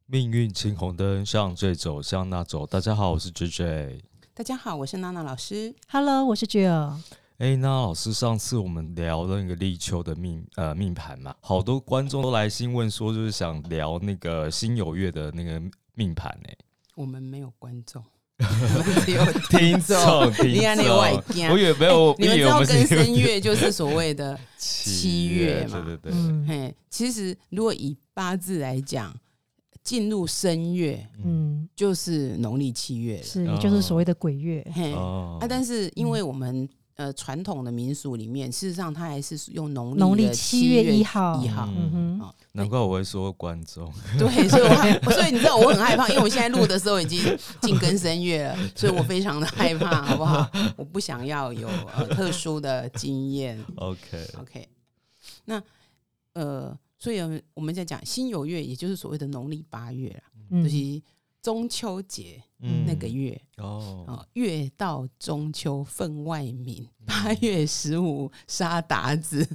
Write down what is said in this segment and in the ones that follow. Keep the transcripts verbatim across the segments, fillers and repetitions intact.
命运青红灯，向这走向那走。大家好，我是 J J。 大家好，我是娜娜老师。 Hello， 我是 Jill。 哎，那老师，上次我们聊了那个立秋的命呃命盘嘛，好多观众都来信问说，就是想聊那个辛酉月的那个命盘呢、欸。 我们没有观众，我们只有听众，听众。我以为没有， 欸、你们知道庚申月就是所谓的七月嘛？ 对对对。 嗯，嘿，其实如果以八字来讲，进入申月，嗯，就是农历七月了， 是，也就是所谓的鬼月。 嘿，哦、啊，但是因为我们、嗯。呃，传统的民俗里面，事实上它还是用农历农历七月一号， 一号。嗯哼， 哦、难怪我会说观众。 对，所以我所以你知道我很害怕，因为我现在录的时候已经进庚申月了，所以我非常的害怕，好不好？我不想要有呃特殊的经验。 OK OK， 那呃，所以我们在讲辛酉月，也就是所谓的农历八月了，嗯、就是中秋节。那个月、嗯哦、月到中秋分外明，八月十五杀鞑子。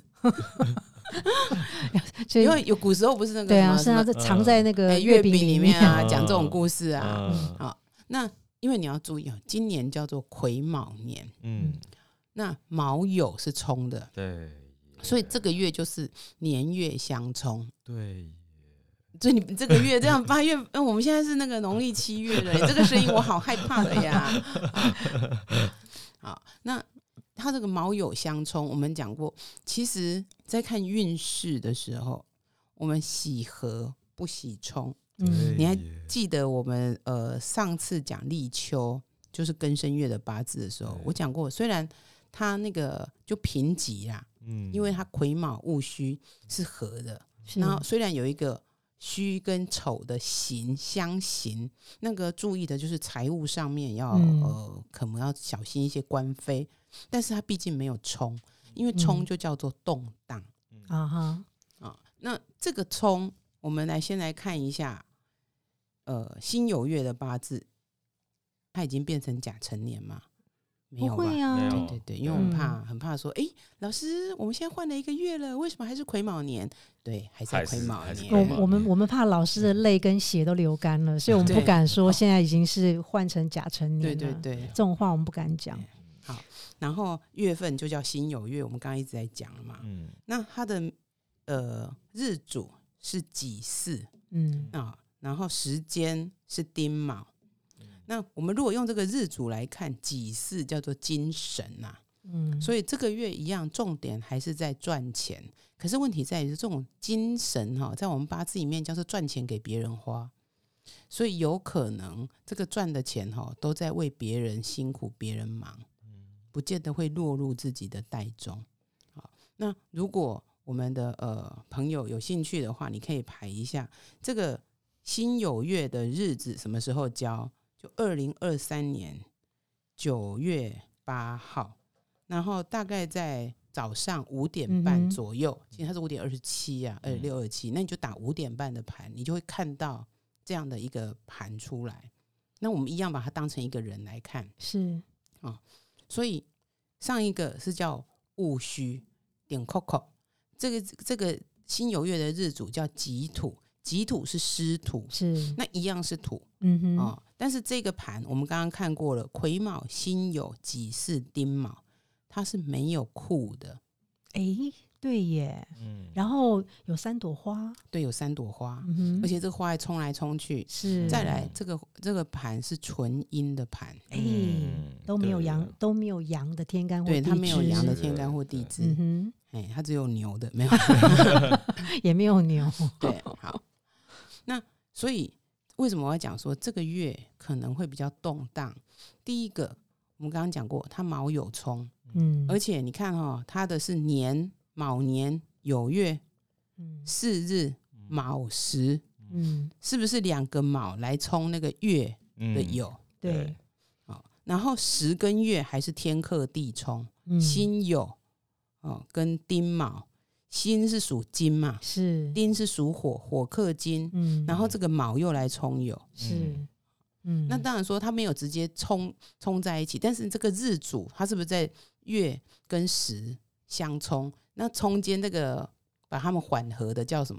因为有古时候不是那个对啊，是啊，这藏在那个月饼里面啊，讲、呃、这种故事啊。嗯哦、那因为你要注意，今年叫做癸卯年，嗯，那卯酉是冲的， 对， 所以这个月就是年月相冲， 对。 所以你这个月这样八月、嗯，我们现在是那个农历七月了，你这个声音我好害怕的呀。好，那它这个卯酉相冲，我们讲过，其实在看运势的时候，我们喜合不喜冲。嗯，你还记得我们呃上次讲立秋，就是庚申月的八字的时候，我讲过，虽然它那个就平吉啦，嗯，因为它癸卯戊戌是合的，然后虽然有一个。戌跟丑的刑相刑，那个注意的就是财务上面要、嗯、呃可能要小心一些官非，但是它毕竟没有冲，因为冲就叫做动荡、嗯、啊哈啊。那这个冲，我们来先来看一下，呃，辛酉月的八字，它已经变成甲辰年吗？没有吧？ 不会啊， 对对对，因为我们怕、嗯、很怕说，哎，老师，我们现在换了一个月了，为什么还是癸卯年？对，还是癸卯年。 我我们我们怕老师的泪跟血都流干了，所以我们不敢说现在已经是换成甲辰年了。 对对对， 这种话我们不敢讲。 好，然后月份就叫辛酉月，我们刚刚一直在讲了嘛。嗯，那它的呃日主是己巳，嗯啊，然后时间是丁卯。那我们如果用这个日主来看，己巳叫做金神啊，嗯，所以这个月一样，重点还是在赚钱。可是问题在于，这种金神哈、哦，在我们八字里面叫做赚钱给别人花，所以有可能这个赚的钱哈、哦，都在为别人辛苦、别人忙，不见得会落入自己的袋中。好，那如果我们的呃朋友有兴趣的话，你可以排一下这个辛酉月的日子什么时候交。就二零二三年九月八号，然后大概在早上五点半左右，嗯、其实它是五点二十七啊，二六二七，那你就打五点半的盘，你就会看到这样的一个盘出来。那我们一样把它当成一个人来看， 是啊、哦，所以上一个是叫戊戌点 Coco， 这个这个辛酉月的日主叫己土。己土是湿土， 是那一样是土， 嗯哼、 哦，但是这个盘我们刚刚看过了，癸卯、辛酉、己巳、丁卯，它是没有库的。 哎，对耶，嗯，然后有三朵花， 对，有三朵花，嗯、而且这个花还冲来冲去。 是， 再来这个这个盘是纯阴的盘， 哎、嗯，都没有阳，都没有阳的天干或地支， 对，它没有阳的天干或地支，嗯哼，哎，它只有牛的，没有， 也没有牛， 对，好。那所以为什么我要讲说这个月可能会比较动荡？第一个，我们刚刚讲过，它卯酉冲，嗯，而且你看哦，它的是年卯年酉月，嗯，巳日卯时，嗯，是不是两个卯来冲那个月的酉？嗯、 对， 哦，然后时跟月还是天克地冲，嗯、辛酉哦跟丁卯。辛是属金嘛， 是丁是属火，火克金，嗯，然后这个卯又来冲酉， 是， 嗯，那当然说它没有直接冲冲在一起，但是这个日主它是不是在月跟时相冲？那中间这个把它们缓和的叫什么？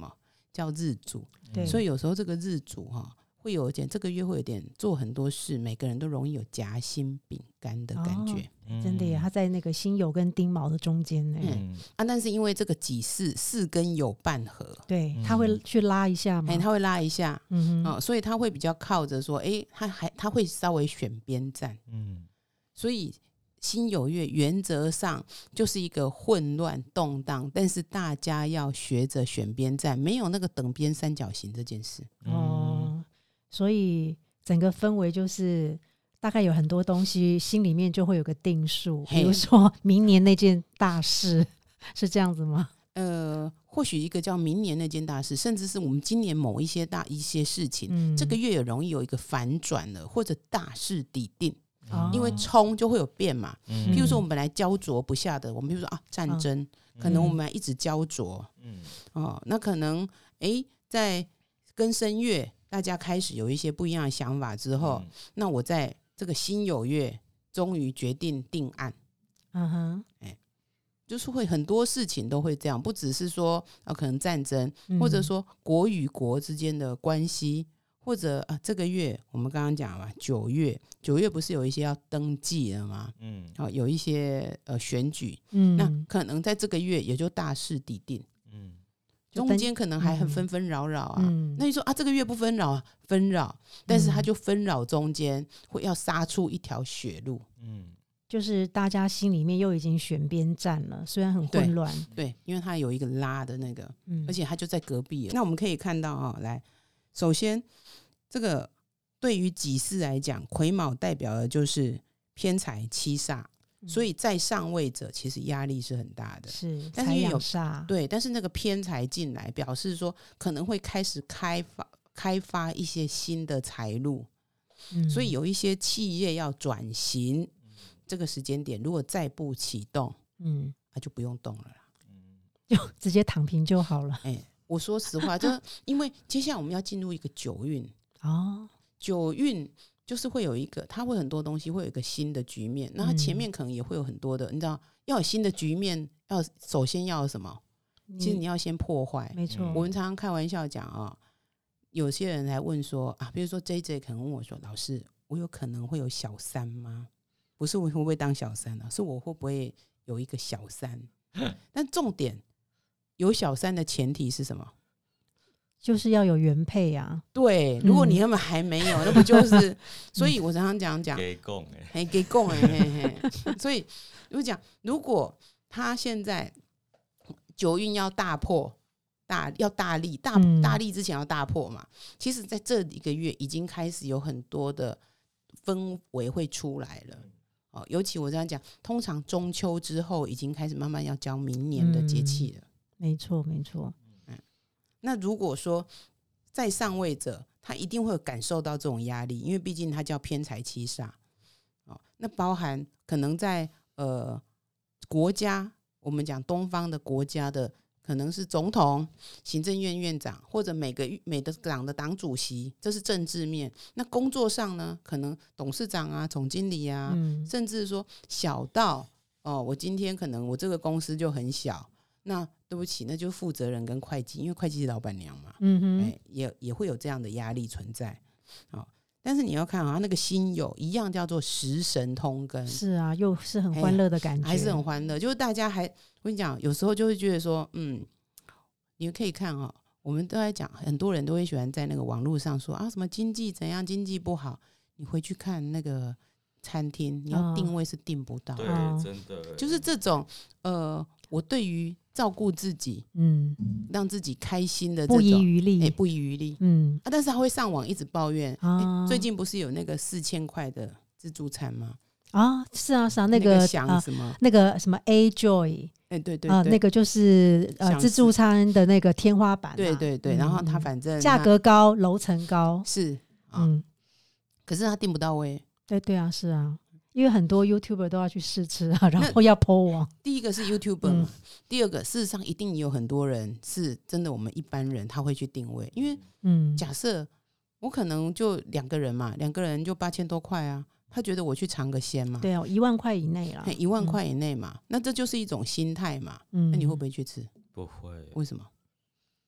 叫日主， 对， 所以有时候这个日主哈、哦。会有点这个月会有点做很多事，每个人都容易有夹心饼干的感觉、 哦、真的耶，他在那个辛酉跟丁卯的中间呢、 嗯啊，但是因为这个己巳巳跟酉半合， 对，他会去拉一下嘛， 他会拉一下、 嗯哦、所以他会比较靠着说哎，他还他会稍微选边站、嗯、所以辛酉月原则上就是一个混乱动荡，但是大家要学着选边站，没有那个等边三角形这件事哦，所以整个氛围就是大概有很多东西心里面就会有个定数，比如说明年那件大事是这样子吗？ 呃，或许一个叫明年那件大事，甚至是我们今年某一些大一些事情、嗯、这个月也容易有一个反转了，或者大势已定、哦、因为冲就会有变嘛、嗯、譬如说我们本来焦灼不下的，我们比如说啊战争、哦、可能我们一直焦灼、嗯哦、那可能哎在庚申月大家开始有一些不一样的想法之后、嗯、那我在这个辛酉月终于决定定案，嗯哼，哎，就是会很多事情都会这样，不只是说、啊、可能战争、嗯、或者说国与国之间的关系，或者啊这个月我们刚刚讲嘛，九月九月不是有一些要登记了吗？嗯，啊、有一些呃选举，嗯，那可能在这个月也就大势已定，嗯。中间可能还很纷纷扰扰啊、嗯、那你说啊这个月不纷扰啊，纷扰，但是它就纷扰中间会要杀出一条血路，嗯， 就是大家心里面又已经选边站了，虽然很混乱， 对, 对，因为它有一个拉的那个、嗯、而且它就在隔壁。那我们可以看到啊、哦，来，首先这个对于己巳来讲，癸卯代表的就是偏财七煞，所以在上位者其实压力是很大的， 是， 但是有煞， 对，但是那个偏财进来，表示说可能会开始开发开发一些新的财路、嗯、所以有一些企业要转型、嗯、这个时间点如果再不启动，嗯，那、啊、就不用动了啦， 嗯，就直接躺平就好了。 哎，我说实话，就因为接下来我们要进入一个九运哦，九运。就是会有一个，它会很多东西会有一个新的局面，那它前面可能也会有很多的、嗯、你知道要有新的局面，要首先要有什么？其实你要先破坏， 没错。 我们常常开玩笑讲啊、哦，有些人来问说啊，比如说 J J 可能问我说，老师，我有可能会有小三吗？不是我会不会当小三啊，是我会不会有一个小三？但重点有小三的前提是什么？ 就是要有原配啊， 对，如果你根本还没有、嗯、那不就是所以我常常讲讲给供哎，给供哎，所以我讲，如果他现在九运要大破大要大力大、嗯、大力之前要大破嘛，其实在这一个月已经开始有很多的氛围会出来了、哦、尤其我这样讲，通常中秋之后已经开始慢慢要交明年的节气了、嗯、 没错没错。 那如果说在上位者，他一定会感受到这种压力，因为毕竟他叫偏财七煞、哦、那包含可能在呃国家，我们讲东方的国家的，可能是总统、行政院院长，或者每个每个党的党主席，这是政治面。那工作上呢，可能董事长啊、总经理啊，嗯、甚至说小到哦，我今天可能我这个公司就很小，那对不起，那就负责人跟会计，因为会计是老板娘嘛，嗯哼，哎、也也会有这样的压力存在、哦、但是你要看啊，那个辛酉一样叫做食神通根， 是啊，又是很欢乐的感觉， 还是很欢乐。就是大家还，我跟你讲，有时候就会觉得说，嗯，你们可以看哦，我们都在讲，很多人都会喜欢在那个网络上说啊，什么经济怎样，经济不好，你回去看那个餐厅，你要定位是定不到的、 哦、对，真的就是这种呃，我对于照顾自己，嗯，让自己开心的这种不遗余力、 欸、不遗余力，嗯、啊、但是他会上网一直抱怨、啊欸、最近不是有那个四千块的自助餐吗？ 啊，是啊是啊，那个想什么、啊、 那个什么 A Joy， 哎、欸、对对对、 啊，那个就是呃自助餐的那个天花板、啊， 对对对，然后他反正价格高，楼层高， 是，啊、嗯，可是他订不到位， 对对啊，是啊。因为很多 YouTuber 都要去试吃啊，然后要 po 网。 第一个是 YouTuber 嘛、嗯、第二个事实上一定有很多人是真的我们一般人他会去定位，因为嗯，假设我可能就两个人嘛，两个人就八千多块啊，他觉得我去尝个鲜嘛， 对啊，一万块以内啦， 一万块以内嘛、嗯，那这就是一种心态嘛，嗯，那你会不会去吃？ 不会， 为什么？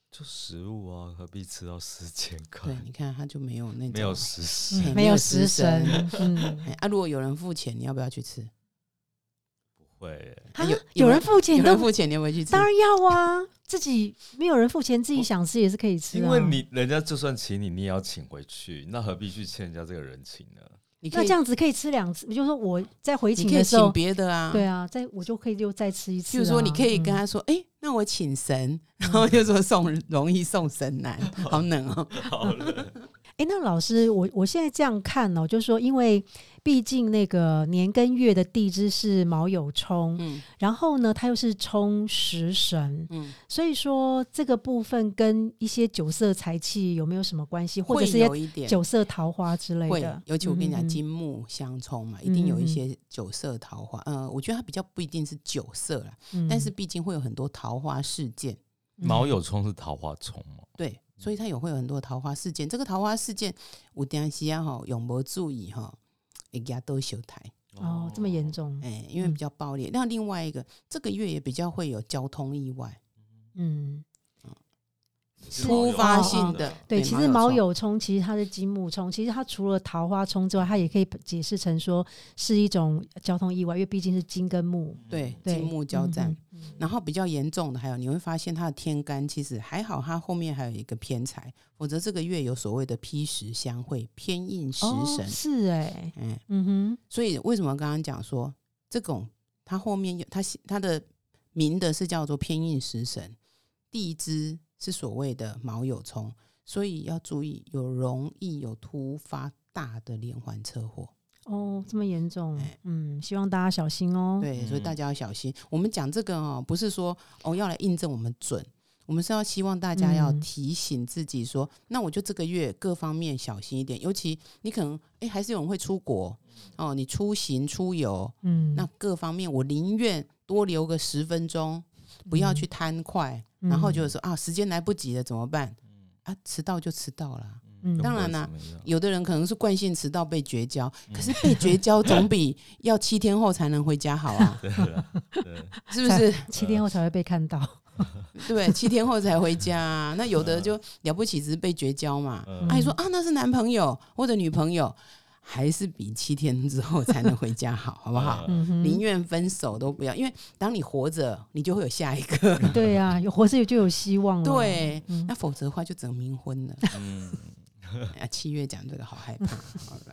就食物啊，何必吃到四千块？ 对，你看他就没有那种没有食神、 嗯，没有食神。嗯， 啊，如果有人付钱，你要不要去吃？ 不会、欸啊有有人付钱， 有人付钱，你要不要去吃？ 当然要啊，自己没有人付钱，自己想吃也是可以吃、啊。 因为你人家就算请你，你也要请回去，那何必去欠人家这个人情呢？ 你可以那这样子可以吃两次，就是说我在回请的时候， 你可以请别的啊， 对啊，在我就可以又再吃一次、啊。 就是说，你可以跟他说，哎、嗯欸，那我请神，然后就说送容易送神难，好冷哦、喔， 好冷。 哎、欸，那老师，我我现在这样看哦、喔，就是说，因为毕竟那个年跟月的地支是卯酉冲，嗯，然后呢，它又是冲食神，嗯，所以说这个部分跟一些酒色财气有没有什么关系，或者是一些酒色桃花之类的？ 会，尤其我跟你讲，金木相冲嘛，嗯、一定有一些酒色桃花。呃，我觉得它比较不一定是酒色啦，嗯、但是毕竟会有很多桃花事件。 卯酉冲是桃花冲吗？ 对。所以它也会有很多桃花事件，这个桃花事件有当时啊哈，有没注意哈，会给它都修台哦，这么严重？ 哎、欸，因为比较暴烈。那、嗯、另外一个，这个月也比较会有交通意外，嗯，突发性的。哦哦对，其实卯酉冲其实它是金木冲，其实它除了桃花冲之外，它也可以解释成说是一种交通意外，因为毕竟是金跟木， 对，金木交战。嗯、然后比较严重的还有，你会发现它的天干其实还好，它后面还有一个偏财，否则这个月有所谓的披食相会，偏印食神。哦、 是哎、欸，嗯嗯哼。 所以为什么刚刚讲说这种它后面有它它的明的是叫做偏印食神，地支是所谓的卯酉冲，所以要注意有容易有突发大的连环车祸。 哦，这么严重、欸、嗯，希望大家小心哦。 对，所以大家要小心。我们讲这个哦，不是说哦要来印证我们准，我们是要希望大家要提醒自己说，嗯、那我就这个月各方面小心一点。尤其你可能哎、欸，还是有人会出国哦，你出行出游，嗯，那各方面我宁愿多留个十分钟，不要去贪快，嗯、然后就说啊，时间来不及了怎么办？啊，迟到就迟到了。嗯、当然啦、啊，有的人可能是惯性迟到被绝交，嗯、可是被绝交总比要七天后才能回家好啊，是不是？ 七天后才会被看到， 对，七天后才回家、啊。那有的就了不起，只是被绝交嘛。阿、嗯、姨、啊、说啊，那是男朋友或者女朋友，还是比七天之后才能回家好，好不好？宁愿分手都不要，因为当你活着，你就会有下一个。 对啊，有活着就有希望了。 对，嗯、那否则的话就整冥婚了。嗯啊，七月讲这个好害怕，好了。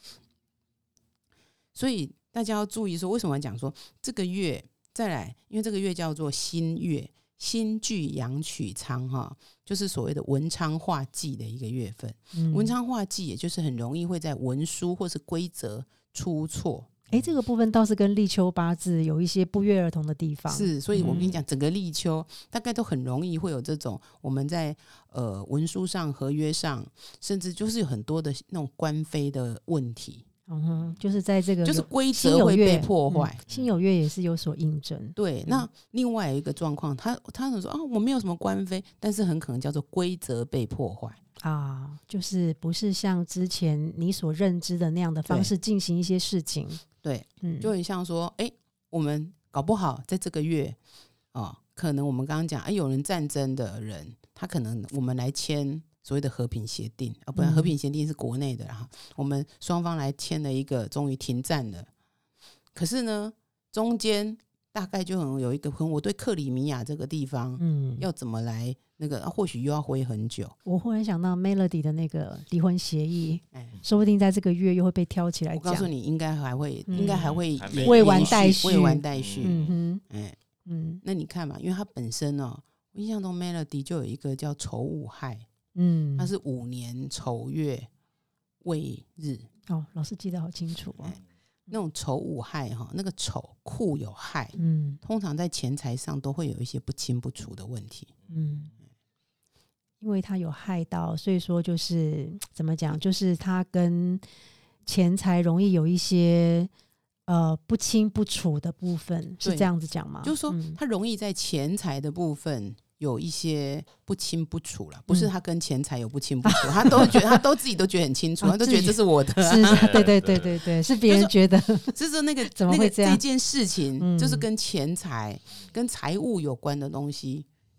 所以大家要注意说，为什么讲说这个月再来？因为这个月叫做辛月，辛聚阳曲仓哈，就是所谓的文昌化忌的一个月份。嗯、文昌化忌，也就是很容易会在文书或是规则出错。 哎，这个部分倒是跟立秋八字有一些不约而同的地方。 是，所以我跟你讲，整个立秋大概都很容易会有这种我们在呃文书上、合约上，甚至就是有很多的那种官非的问题。 嗯哼，就是在这个就是规则会被破坏， 辛酉月也是有所印证。 对，那另外有一个状况，他他说啊，我没有什么官非，但是很可能叫做规则被破坏。 啊，就是不是像之前你所认知的那样的方式进行一些事情。 对，嗯，就很像说，哎、欸，我们搞不好在这个月，哦，可能我们刚刚讲，哎、欸，有人战争的人，他可能我们来签所谓的和平协定，啊，不然和平协定是国内的啦，嗯、我们双方来签了一个，终于停战了。可是呢，中间大概就很有一个，我对克里米亚这个地方，嗯，要怎么来那个，啊、或许又要挥很久。 我忽然想到 Melody 的那个离婚协议，哎，说不定在这个月又会被挑起来讲。 我告诉你，应该还会，嗯、应该还会未完待续， 未完待续。 嗯哼， 哎，嗯，那你看嘛，因为它本身哦，我印象中 Melody 就有一个叫丑午亥，嗯，它是五年丑月未日。 哦，老师记得好清楚哦。哎， 那种丑午亥哈，那个丑库有亥，嗯，通常在钱财上都会有一些不清不楚的问题，嗯， 因为他有害到，所以说就是怎么讲，就是他跟钱财容易有一些呃不清不楚的部分，是这样子讲吗？ 就是说他容易在钱财的部分有一些不清不楚了，不是他跟钱财有不清不楚，嗯、他都觉得他都自己都觉得很清楚，啊、他都觉得这是我的， 是，对对对对对，是别人觉得， 就是那个怎么会这样？ 那个这件事情，嗯、就是跟钱财、跟财务有关的东西，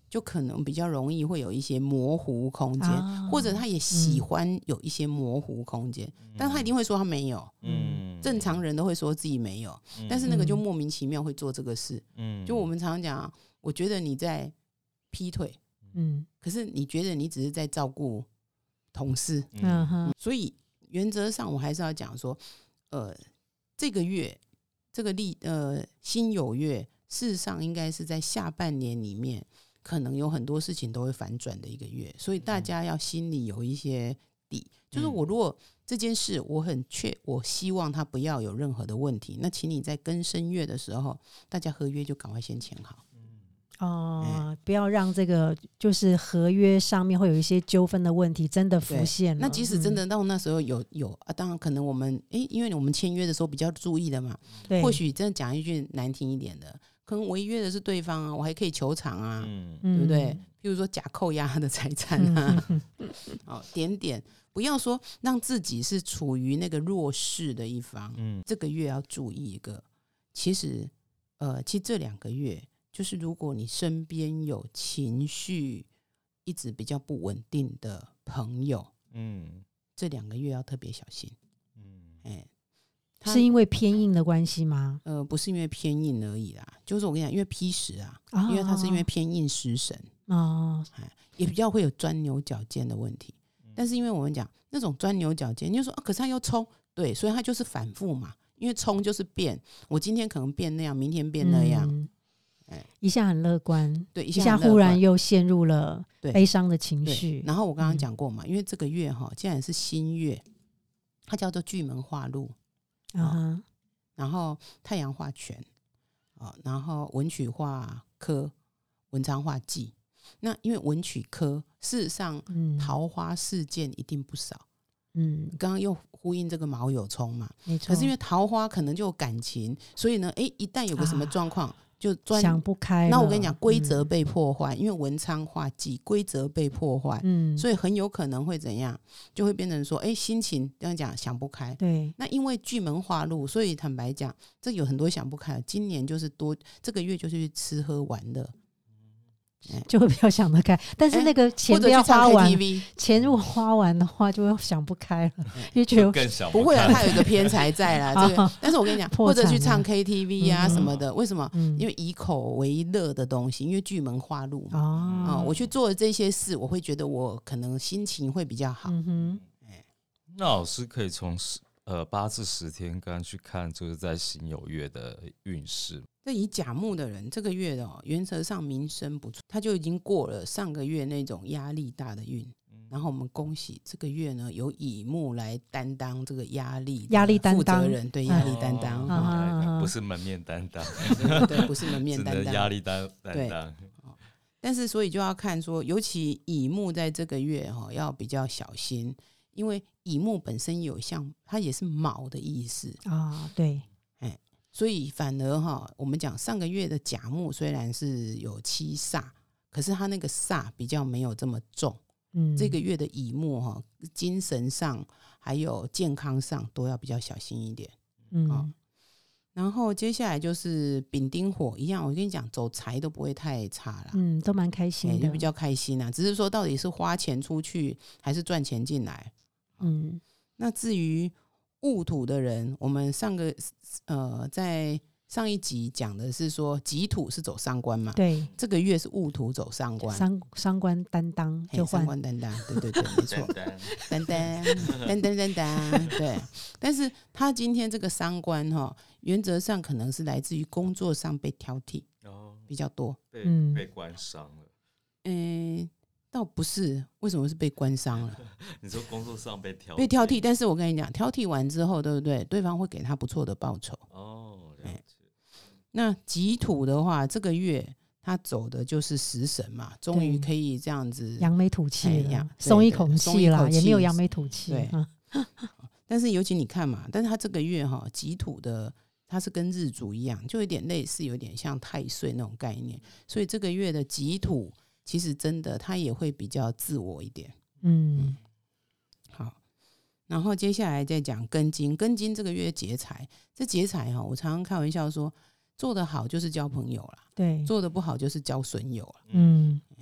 就可能比较容易会有一些模糊空间、啊、或者他也喜欢有一些模糊空间、嗯、但他一定会说他没有，嗯，正常人都会说自己没有、嗯、但是那个就莫名其妙会做这个事，嗯，就我们常常讲、啊、我觉得你在劈腿，嗯，可是你觉得你只是在照顾同事，嗯哼，所以原则上我还是要讲说，呃，这个月这个历呃辛酉月，事实上应该是在下半年里面，可能有很多事情都会反转的一个月，所以大家要心里有一些底，嗯、就是我如果这件事我很确，我希望它不要有任何的问题，那请你在庚申月的时候，大家合约就赶快先签好。 哦、嗯，不要让这个就是合约上面会有一些纠纷的问题真的浮现了。 那即使真的到那时候有有啊，当然可能我们哎，因为我们签约的时候比较注意的嘛，或许真的讲一句难听一点的，可能违约的是对方啊，我还可以求偿啊，嗯、对不对？譬如说假扣押他的财产啊，嗯、哦，点点，不要说让自己是处于那个弱势的一方。嗯，这个月要注意一个，其实呃，其实这两个月。就是如果你身边有情绪一直比较不稳定的朋友，嗯，这两个月要特别小心。嗯，哎， 是因为偏硬的关系吗？ 呃，不是因为偏硬而已啦，就是我跟你讲，因为批时啊，哦、因为它是因为偏硬食神哦，也比较会有钻牛角尖的问题。但是因为我们讲那种钻牛角尖，你就说啊，可是他又冲，对，所以他就是反复嘛，因为冲就是变，我今天可能变那样，明天变那样。嗯， 一下很乐观， 对，一下, 一下忽然又陷入了悲伤的情绪。 然后我刚刚讲过嘛、嗯，因为这个月哈，既然是新月，它叫做巨门化禄、uh-huh 哦、然后太阳化权、哦、然后文曲化科，文昌化忌。那因为文曲科，事实上、嗯、桃花事件一定不少。嗯，刚刚又呼应这个卯酉冲嘛，可是因为桃花可能就有感情，所以呢，哎，一旦有个什么状况。啊就想不开了， 那我跟你讲，规则被破坏、嗯，因为文昌化忌，规则被破坏，嗯，所以很有可能会怎样，就会变成说，哎，心情这样讲想不开， 对。 那因为巨门化禄，所以坦白讲，这有很多想不开。今年就是多这个月就是去吃喝玩乐。 就会比较想得开，但是那个钱不要花完，钱如果花完的话，就会想不开了，因为觉得更想不会啊，他有一个偏财在啦。这个，但是我跟你讲，或者去唱 K T V 啊什么的，嗯、为什么、嗯？因为以口为乐的东西，因为巨门化禄嘛、哦嗯，我去做这些事，我会觉得我可能心情会比较好。嗯哼， 那老师可以从呃八至十天刚刚去看，就是在辛酉月的运势。 这以甲木的人，这个月的、哦、原则上名声不错，他就已经过了上个月那种压力大的运、嗯。然后我们恭喜这个月呢，由乙木来担当这个压力压力担当负责人，对压力担当、哦哦，不是门面担当， 对, 对，不是门面担当， 压力担当。 但是所以就要看说，尤其乙木在这个月、哦、要比较小心，因为乙木本身有像它也是卯的意思啊、哦，对。 所以反而哈，我们讲上个月的甲木虽然是有七煞，可是它那个煞比较没有这么重。嗯，这个月的乙木哈，精神上还有健康上都要比较小心一点。嗯，哦、然后接下来就是丙丁火一样，我跟你讲，走财都不会太差啦。 嗯，都蛮开心的， 就比较开心啊。只是说到底是花钱出去还是赚钱进来。嗯，那至于戊土的人，我们上个呃在上一集讲的是说己土是走伤官嘛， 对， 这个月是戊土走伤官， 伤伤官担当就换伤官担当，对对对，没错，担当担当担当，对。但是他今天这个伤官哈、哦，原则上可能是来自于工作上被挑剔，哦，比较多， 被、嗯、被官伤了， 嗯。倒不是，为什么是被官伤了？ 你说工作上被挑剔， 被挑剔，但是我跟你讲，挑剔完之后，对不对？对方会给他不错的报酬。哦，了解。那己土的话，这个月他走的就是食神嘛，终于可以这样子扬眉吐气了，松一口气了，也没有扬眉吐气。 对，但是尤其你看嘛，但是他这个月哈，己土的它是跟日主一样，就有点类似，有点像太岁那种概念，所以这个月的己土。其实真的他也会比较自我一点。 嗯, 嗯好，然后接下来再讲庚金。庚金这个月劫财，这劫财、哦、我常常开玩笑说，做得好就是交朋友啦， 对， 做得不好就是交损友啦。 嗯，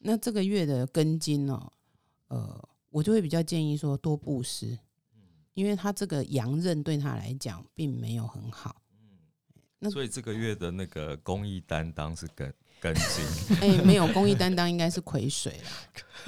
那这个月的庚金哦，呃，我就会比较建议说多布施，因为他这个阳刃对他来讲并没有很好。 那所以这个月的那个公益担当是庚庚金， 哎、欸，没有公益担当应该是癸水啦。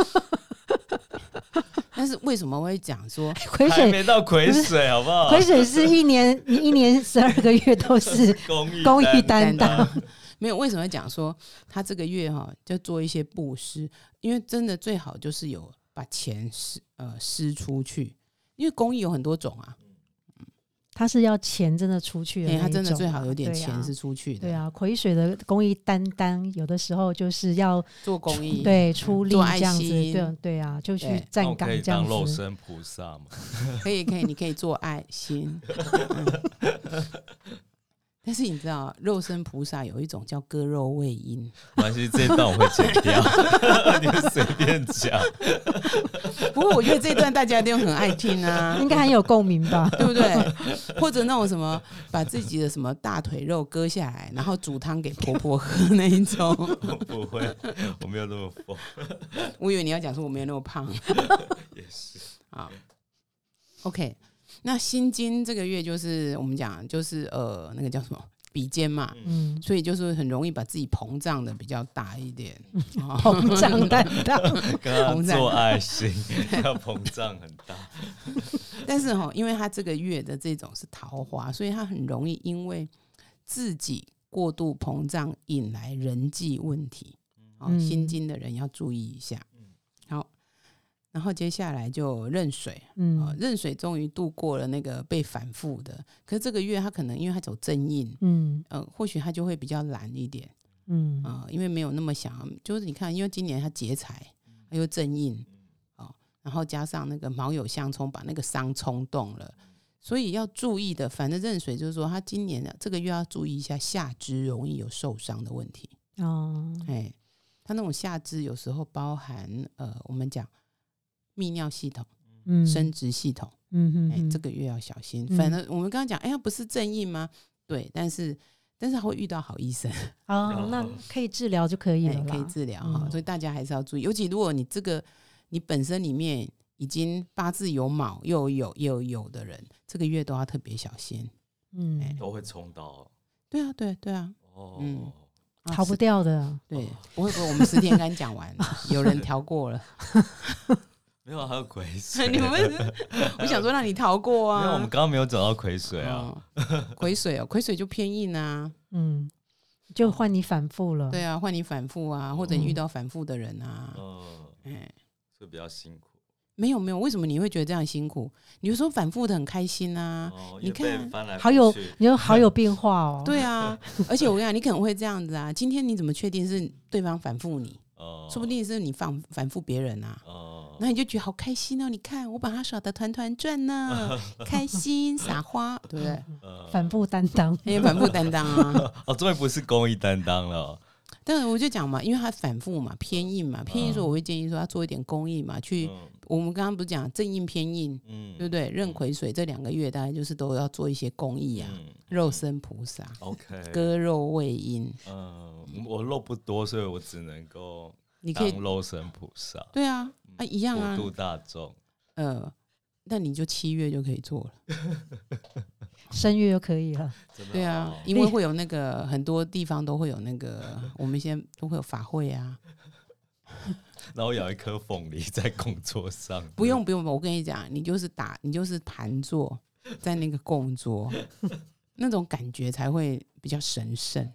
但是为什么我会讲说癸水还没到癸水好不好？ 癸水是一年你一年十二个月都是公益担当。 没有，为什么讲说他这个月哈就做一些布施？因为真的最好就是有把钱施呃施出去，因为公益有很多种啊。 他是要钱真的出去的那一种、啊， 他真的最好有点钱是出去的。 对啊，癸水的公益担当，有的时候就是要做公益， 对，出力这样子， 对对啊，就去站岗这样子。可以当肉身菩萨吗？ 可以，可以，你可以做爱心。嗯但是你知道，肉身菩萨有一种叫割肉喂鹰， 没关系，这一段我会剪掉，你们随便讲。 不过我觉得这一段大家都很爱听啊， 应该很有共鸣吧， 对不对？或者那种什么，把自己的什么大腿肉割下来，然后煮汤给婆婆喝那一种。 不会，我没有那么疯。 我以为你要讲说我没有那么胖。 也是啊。OK。那辛金这个月就是我们讲就是呃那个叫什么比肩嘛，嗯，所以就是很容易把自己膨胀的比较大一点， 膨胀担当， 跟他做爱心要膨胀很大。 但是哈、哦，因为他这个月的这种是桃花，所以他很容易因为自己过度膨胀引来人际问题。哦，辛金的人要注意一下。好。然后接下来就壬水，嗯，呃、壬水终于度过了那个被反复的，可是这个月他可能因为他走正印，嗯，呃，或许他就会比较懒一点，嗯，呃，因为没有那么想，就是你看，因为今年他劫财，他又正印，哦，然后加上那个卯酉相冲，把那个伤冲动了，所以要注意的，反正壬水就是说，他今年这个月要注意一下下肢容易有受伤的问题，哦，哎，他那种下肢有时候包含呃，我们讲。泌尿系统、嗯、生殖系统，嗯哼哼、欸，这个月要小心。嗯、反正我们刚刚讲，哎、欸、呀，不是正印吗？对，但是但是他会遇到好医生哦，那可以治疗就可以了、欸， 可以治疗哈、嗯。所以大家还是要注意，尤其如果你这个你本身里面已经八字有卯又有又有的人，这个月都要特别小心。 嗯，欸、都会冲到。 对啊，对对啊，哦，嗯， 逃不掉的。 对，不会不会，我们十天刚讲完，有人调过了。 没有，还有癸水。 你们我想说让你逃过啊。 因为我们刚刚没有讲到癸水啊。 癸、哦、水哦，癸水就偏硬啊。 嗯，就换你反复了。 对啊，换你反复啊，或者你遇到反复的人啊。嗯， 哎，所以比较辛苦。 没有没有，为什么你会觉得这样辛苦？你有时候反复的很开心啊。哦、你看， 好有，你说好有变化哦。 对啊，而且我跟你讲，你可能会这样子啊。今天你怎么确定是对方反复你？哦、说不定是你反反复别人啊。哦。那你就觉得好开心哦！你看我把他耍得团团转呢，开心撒花，对不对？ 反复担当， 也反复担当啊！ 哦，终于不是公益担当了、哦。 但是我就讲嘛，因为他反复嘛，偏硬嘛，偏硬，所以我会建议说要做一点公益嘛，去。嗯、我们刚刚不是讲正硬偏硬，嗯，对不对？壬癸水这两个月，大概就是都要做一些公益啊，嗯、肉身菩萨 ，OK， 割肉喂鹰。 嗯，我肉不多，所以我只能够。你可以当肉身菩萨， 对啊，啊一样啊， 普度大众。 呃，那你就七月就可以做了， 申月就可以了。 对啊，因为会有那个很多地方都会有那个，我们现在都会有法会啊。 然后咬一颗凤梨在供桌上， 不用不用，我跟你讲，你就是打，你就是盘坐在那个供桌，那种感觉才会比较神圣。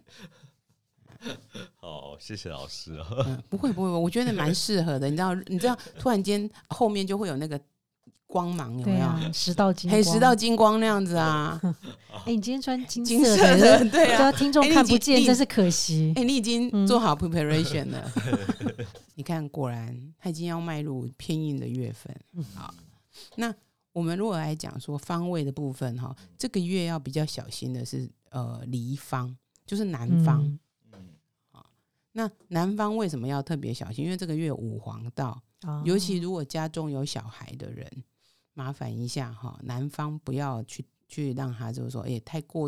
好，谢谢老师、哦嗯、不会不会，我觉得蛮适合的。你知道，你知道，突然间后面就会有那个光芒，有没有？ 啊、十道金光， 嘿，十道金光那样子啊！ 哎、欸，你今天穿金色的, 色的，对啊， 听众看不见，真是可惜。 哎、欸，你已经做好 preparation 了。嗯、你看，果然他已经要迈入偏硬的月份。好，那我们如果来讲说方位的部分哈，这个月要比较小心的是呃离方，就是南方。嗯那南方为什么要特别小心？因为这个月五黄道、哦、尤其如果家中有小孩的人，麻烦一下哈，南方不要去去让他就是说，哎、欸，太过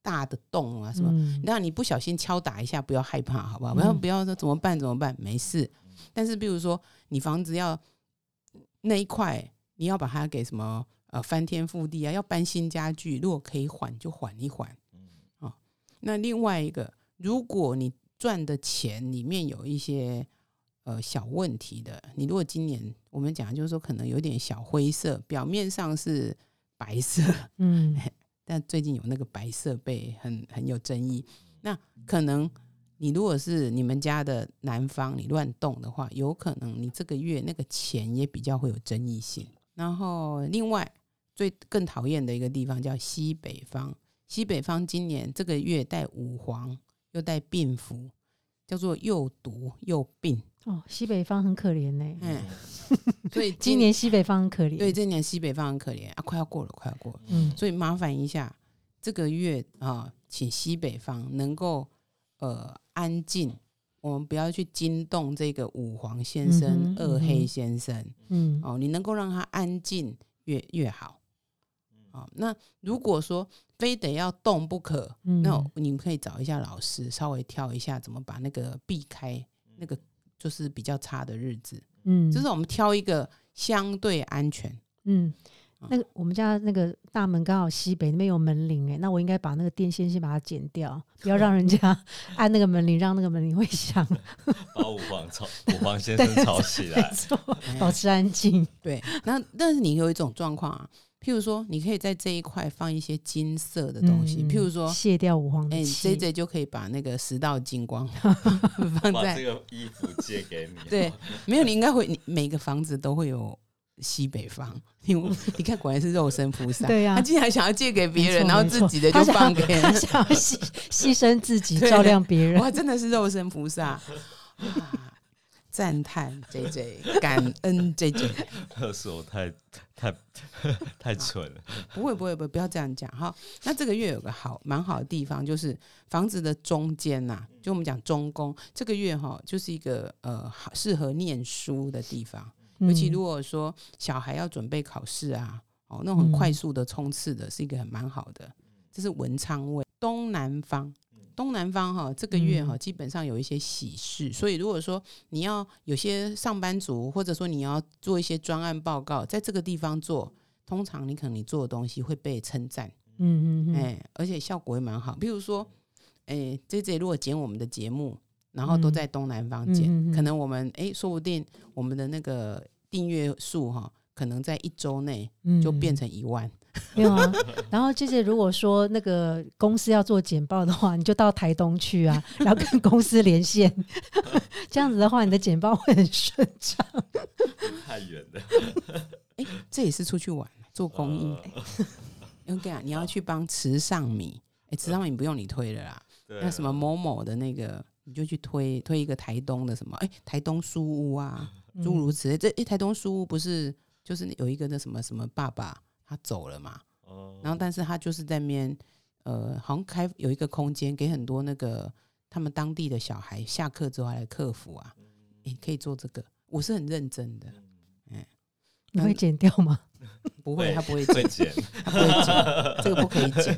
大的洞啊什么，嗯、那你不小心敲打一下，不要害怕，好不好？不要、嗯、不要说怎么办怎么办，没事。但是比如说你房子要那一块，你要把它给什么呃翻天覆地啊，要搬新家具，如果可以缓就缓一缓。哦，那另外一个，如果你赚的钱里面有一些呃小问题的，你如果今年我们讲就是说可能有点小灰色，表面上是白色，嗯，但最近有那个白色被很很有争议，那可能你如果是你们家的南方，你乱动的话，有可能你这个月那个钱也比较会有争议性。然后另外最更讨厌的一个地方叫西北方，西北方今年这个月带五黄又带病符，叫做又毒又病。 哦，西北方很可怜呢、欸。嗯， 所以今, 今年西北方很可怜。 对，今年西北方很可怜啊，快要过了，快要过了。嗯，所以麻烦一下，这个月啊，请西北方能够呃安静，我们不要去惊动这个五黄先生、嗯、二黑先生。嗯，哦，你能够让他安静越越好。哦，那如果说非得要动不可，嗯、那你可以找一下老师，稍微挑一下怎么把那个避开那个。就是比较差的日子，嗯，就是我们挑一个相对安全， 嗯，那个我们家那个大门刚好西北那边有门铃，哎，那我应该把那个电线先把它剪掉，不要让人家按那个门铃，让那个门铃会响， 把五黄吵五黄先生吵起来， 保持安静。 对，那但是你有一种状况啊。譬如说你可以在这一块放一些金色的东西，嗯、譬如说卸掉五黄的气， 哎 ，J J 就可以把那个十道金光放在把这个衣服借给你。 对，没有，你应该会，你每个房子都会有西北方。你你看，果然是肉身菩萨。 对呀、啊， 他竟然想要借给别人，然后自己的就放给人， 他想要牺牺牲自己，照亮别人。 哇，真的是肉身菩萨。赞叹 J J， 感恩 J J， 那是我太太太蠢了。 不会不会不会，不要这样讲哈。那这个月有个好蛮好的地方，就是房子的中间呐、啊，就我们讲中宫，这个月哈就是一个呃适合念书的地方。尤其如果说小孩要准备考试啊，哦那种很快速的冲刺的，是一个很蛮好的。这是文昌位，东南方。东南方哈，这个月哈基本上有一些喜事，嗯、所以如果说你要有些上班族，或者说你要做一些专案报告，在这个地方做，通常你可能你做的东西会被称赞，嗯嗯嗯，哎，而且效果会蛮好。比如说，哎 ，J J 如果剪我们的节目，然后都在东南方剪，嗯、可能我们哎，说不定我们的那个订阅数哈，可能在一周内就变成一万。嗯没有啊，然后接着如果说那个公司要做简报的话，你就到台东去啊，然后跟公司连线，这样子的话，你的简报会很顺畅。 太远了， 哎，这也是出去玩做公益。我跟你讲，你要去帮池上米，哎，池上米不用你推了啦，那什么某某的那个，你就去推推一个台东的什么，哎，台东书屋啊，诸如此类。这哎，台东书屋不是就是有一个那什么什么爸爸。他走了嘛，然后但是他就是在那边，呃，好像开有一个空间给很多那个他们当地的小孩下课之后来克服啊，欸，可以做这个，我是很认真的，嗯， 你会剪掉吗？ 不会，他不会剪，他不会剪，这个不可以剪。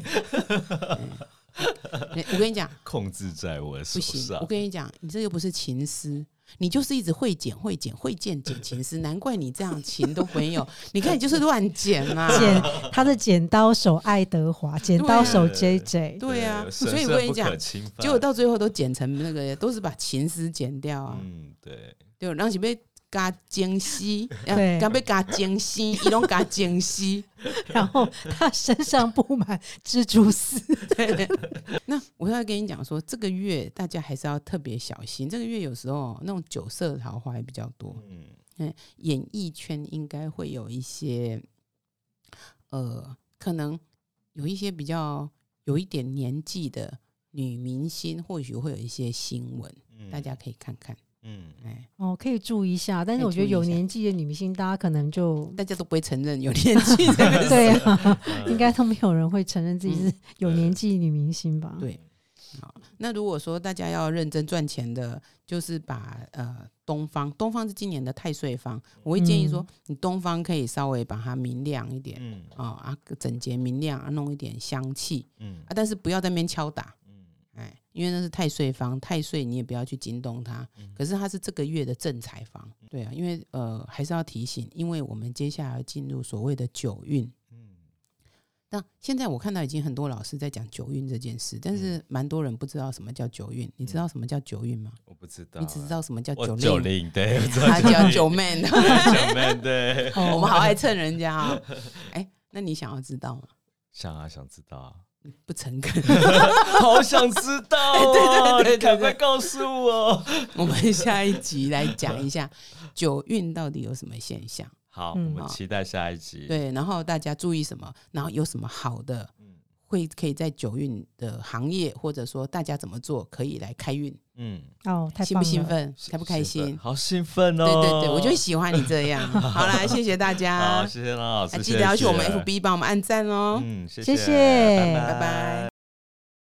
我跟你讲， 控制在我手上。 不行，我跟你讲，你这又不是琴师。你就是一直会剪会剪会剪剪琴师，难怪你这样琴都没有。你看你就是乱剪嘛， 剪他的剪刀手爱德华，剪刀手 J J， 对啊，所以我跟你讲，结果到最后都剪成那个，都是把琴师剪掉啊。嗯，对，对，然后是被加精细，对，刚被加精细，一拢加精细， 然后他身上布滿蜘蛛丝。 对，那我要跟你讲说，这个月大家还是要特别小心。这个月有时候那种酒色桃花也比较多，嗯，演艺圈应该会有一些，呃，可能有一些比较有一点年纪的女明星，或许会有一些新闻，嗯、大家可以看看。 嗯，哎，哦，可以注意一下，但是我觉得有年纪的女明星，大家可能就大家都不会承认有年纪这个事， 对啊，应该都没有人会承认自己是有年纪女明星吧？ 对， 好，那如果说大家要认真赚钱的，就是把呃东方，东方是今年的太岁方，我会建议说，你东方可以稍微把它明亮一点，嗯哦、啊，整洁明亮啊，弄一点香气，嗯啊，但是不要在那边敲打，嗯，哎，因为那是太岁方，太岁你也不要去惊动它，嗯、可是它是这个月的正财方，对啊，因为呃还是要提醒，因为我们接下来要进入所谓的九运。那现在我看到已经很多老师在讲九运这件事，但是蛮多人不知道什么叫九运。你知道什么叫九运吗？ 我不知道， 你只知道什么叫九令？ 九令对， 他叫九 man， 九 man 对。 我们好爱蹭人家啊、哦！哎，那你想要知道吗？ 想啊，想知道啊。 不诚恳， 好想知道、哦！ 对对对对， 赶快告诉我。 我们下一集来讲一下九运到底有什么现象。 好，嗯、我们期待下一集。 对，然后大家注意什么？然后有什么好的，嗯、会可以在九运的行业，或者说大家怎么做，可以来开运。嗯， 哦，太棒了， 兴不兴奋？开不开心？ 好兴奋哦！ 对对对，我就喜欢你这样。好啦，谢谢大家。 好，谢谢郎老师， 记得要去我们 F B 帮我们按赞哦。 嗯，谢谢谢， 拜拜。 拜拜。